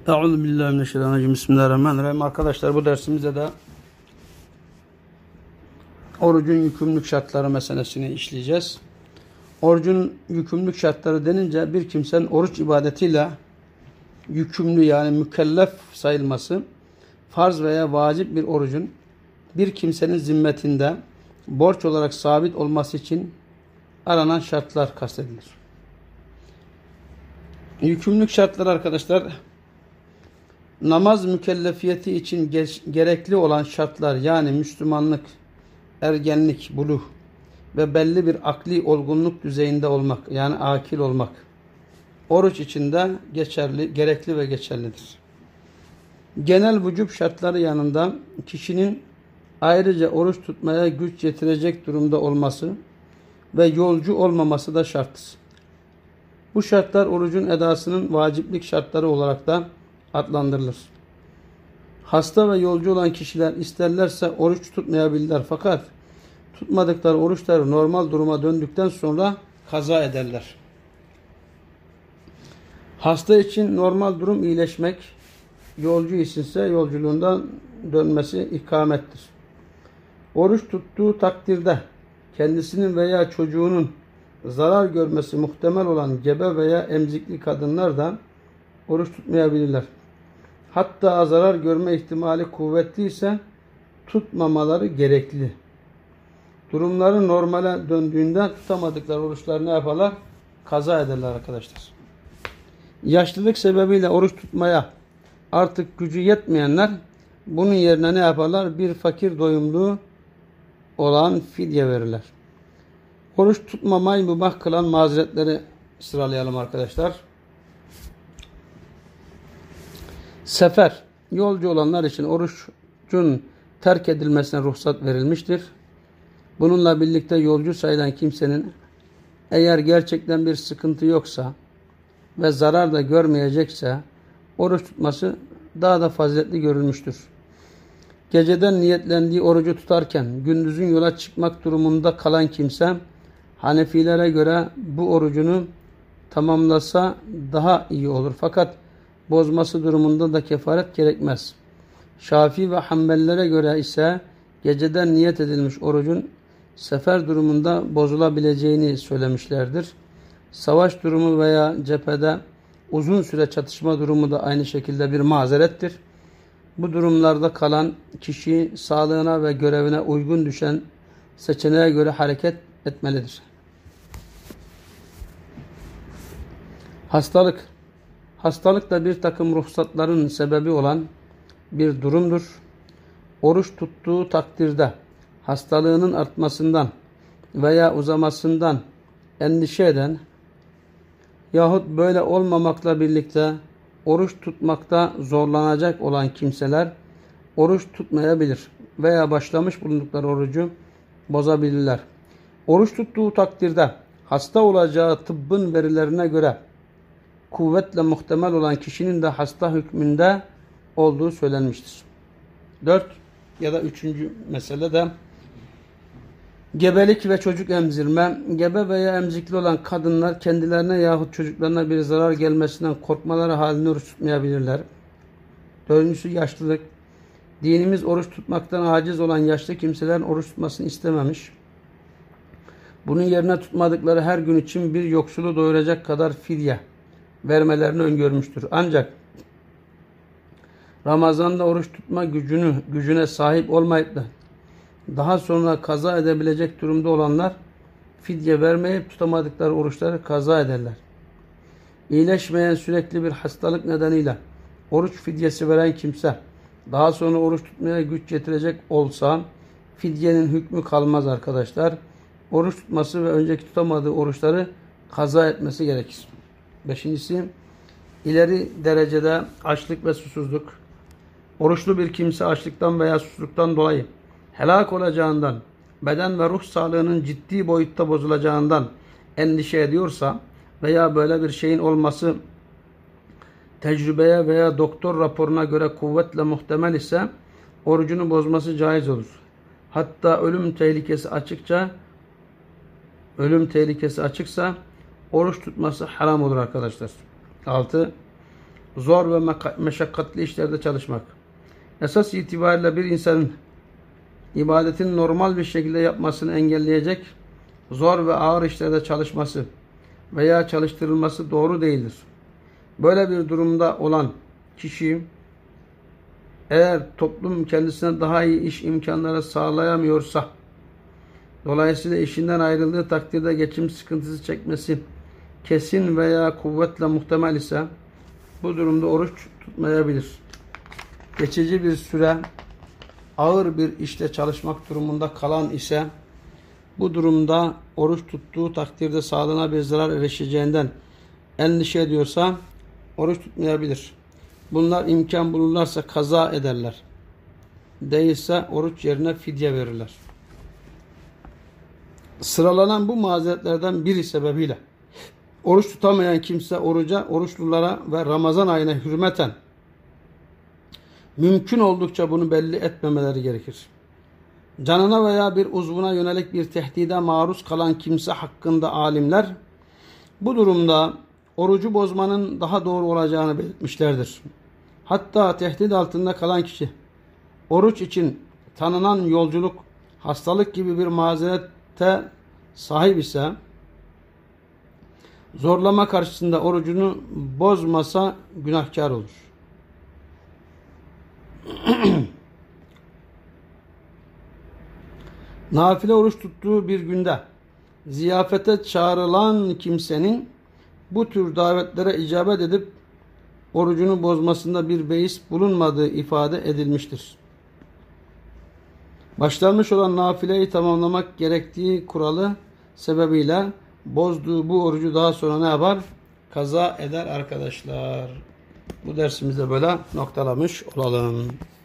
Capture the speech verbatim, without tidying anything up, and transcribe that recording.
Euzubillahimineşşeytanirracim. Bismillahirrahmanirrahim. Arkadaşlar, bu dersimizde de orucun yükümlülük şartları meselesini işleyeceğiz. Orucun yükümlülük şartları denince bir kimsenin oruç ibadetiyle yükümlü, yani mükellef sayılması, farz veya vacip bir orucun bir kimsenin zimmetinde borç olarak sabit olması için aranan şartlar kastedilir. Yükümlülük şartları arkadaşlar, namaz mükellefiyeti için gerekli olan şartlar, yani Müslümanlık, ergenlik, buluğ ve belli bir akli olgunluk düzeyinde olmak, yani akil olmak, oruç içinde geçerli, gerekli ve geçerlidir. Genel vücub şartları yanında kişinin ayrıca oruç tutmaya güç yetirecek durumda olması ve yolcu olmaması da şarttır. Bu şartlar orucun edasının vaciplik şartları olarak da adlandırılır. Hasta ve yolcu olan kişiler isterlerse oruç tutmayabilirler, fakat tutmadıkları oruçları normal duruma döndükten sonra kaza ederler. Hasta için normal durum iyileşmek, yolcu içinse yolculuğundan dönmesi ikamettir. Oruç tuttuğu takdirde kendisinin veya çocuğunun zarar görmesi muhtemel olan gebe veya emzikli kadınlar da oruç tutmayabilirler. Hatta zarar görme ihtimali kuvvetli ise tutmamaları gerekli. Durumları normale döndüğünde tutamadıkları oruçları ne yaparlar? Kaza ederler arkadaşlar. Yaşlılık sebebiyle oruç tutmaya artık gücü yetmeyenler bunun yerine ne yaparlar? Bir fakir doyumluğu olan fidye verirler. Oruç tutmamayı mübah kılan mazeretleri sıralayalım arkadaşlar. Sefer, yolcu olanlar için orucun terk edilmesine ruhsat verilmiştir. Bununla birlikte yolcu sayılan kimsenin eğer gerçekten bir sıkıntı yoksa ve zarar da görmeyecekse oruç tutması daha da faziletli görülmüştür. Geceden niyetlendiği orucu tutarken gündüzün yola çıkmak durumunda kalan kimse Hanefilere göre bu orucunu tamamlasa daha iyi olur. Fakat bozması durumunda da kefaret gerekmez. Şafii ve Hanbelilere göre ise geceden niyet edilmiş orucun sefer durumunda bozulabileceğini söylemişlerdir. Savaş durumu veya cephede uzun süre çatışma durumu da aynı şekilde bir mazerettir. Bu durumlarda kalan kişi sağlığına ve görevine uygun düşen seçeneğe göre hareket etmelidir. Hastalık. Hastalık da bir takım ruhsatların sebebi olan bir durumdur. Oruç tuttuğu takdirde hastalığının artmasından veya uzamasından endişe eden yahut böyle olmamakla birlikte oruç tutmakta zorlanacak olan kimseler oruç tutmayabilir veya başlamış bulundukları orucu bozabilirler. Oruç tuttuğu takdirde hasta olacağı tıbbın verilerine göre kuvvetle muhtemel olan kişinin de hasta hükmünde olduğu söylenmiştir. Dört ya da üçüncü mesele de gebelik ve çocuk emzirme. Gebe veya emzikli olan kadınlar kendilerine yahut çocuklarına bir zarar gelmesinden korkmaları halinde oruç tutmayabilirler. Dördüncüsü yaşlılık. Dinimiz oruç tutmaktan aciz olan yaşlı kimselerin oruç tutmasını istememiş. Bunun yerine tutmadıkları her gün için bir yoksulu doyuracak kadar fidye vermelerini öngörmüştür. Ancak Ramazan'da oruç tutma gücünü, gücüne sahip olmayıp da daha sonra kaza edebilecek durumda olanlar fidye vermeyip tutamadıkları oruçları kaza ederler. İyileşmeyen sürekli bir hastalık nedeniyle oruç fidyesi veren kimse daha sonra oruç tutmaya güç yetirecek olsa fidyenin hükmü kalmaz arkadaşlar. Oruç tutması ve önceki tutamadığı oruçları kaza etmesi gerekir. Beşincisi, ileri derecede açlık ve susuzluk. Oruçlu bir kimse açlıktan veya susuzluktan dolayı helak olacağından, beden ve ruh sağlığının ciddi boyutta bozulacağından endişe ediyorsa veya böyle bir şeyin olması tecrübeye veya doktor raporuna göre kuvvetle muhtemel ise orucunu bozması caiz olur. Hatta ölüm tehlikesi açıkça ölüm tehlikesi açıksa oruç tutması haram olur arkadaşlar. altı. zor ve meşakkatli işlerde çalışmak. Esas itibariyle bir insanın ibadetin normal bir şekilde yapmasını engelleyecek zor ve ağır işlerde çalışması veya çalıştırılması doğru değildir. Böyle bir durumda olan kişi eğer toplum kendisine daha iyi iş imkanları sağlayamıyorsa, dolayısıyla işinden ayrıldığı takdirde geçim sıkıntısı çekmesi kesin veya kuvvetle muhtemel ise bu durumda oruç tutmayabilir. Geçici bir süre ağır bir işte çalışmak durumunda kalan ise bu durumda oruç tuttuğu takdirde sağlığına bir zarar erişeceğinden endişe ediyorsa oruç tutmayabilir. Bunlar imkan bulurlarsa kaza ederler. Değilse oruç yerine fidye verirler. Sıralanan bu mazeretlerden biri sebebiyle oruç tutamayan kimse oruca, oruçlulara ve Ramazan ayına hürmeten mümkün oldukça bunu belli etmemeleri gerekir. Canına veya bir uzvuna yönelik bir tehdide maruz kalan kimse hakkında alimler bu durumda orucu bozmanın daha doğru olacağını belirtmişlerdir. Hatta tehdit altında kalan kişi oruç için tanınan yolculuk, hastalık gibi bir mazerete sahip ise zorlama karşısında orucunu bozmasa günahkar olur. Nafile oruç tuttuğu bir günde ziyafete çağrılan kimsenin bu tür davetlere icabet edip orucunu bozmasında bir beis bulunmadığı ifade edilmiştir. Başlanmış olan nafileyi tamamlamak gerektiği kuralı sebebiyle bozduğu bu orucu daha sonra ne yapar? Kaza eder arkadaşlar. Bu dersimizde böyle noktalamış olalım.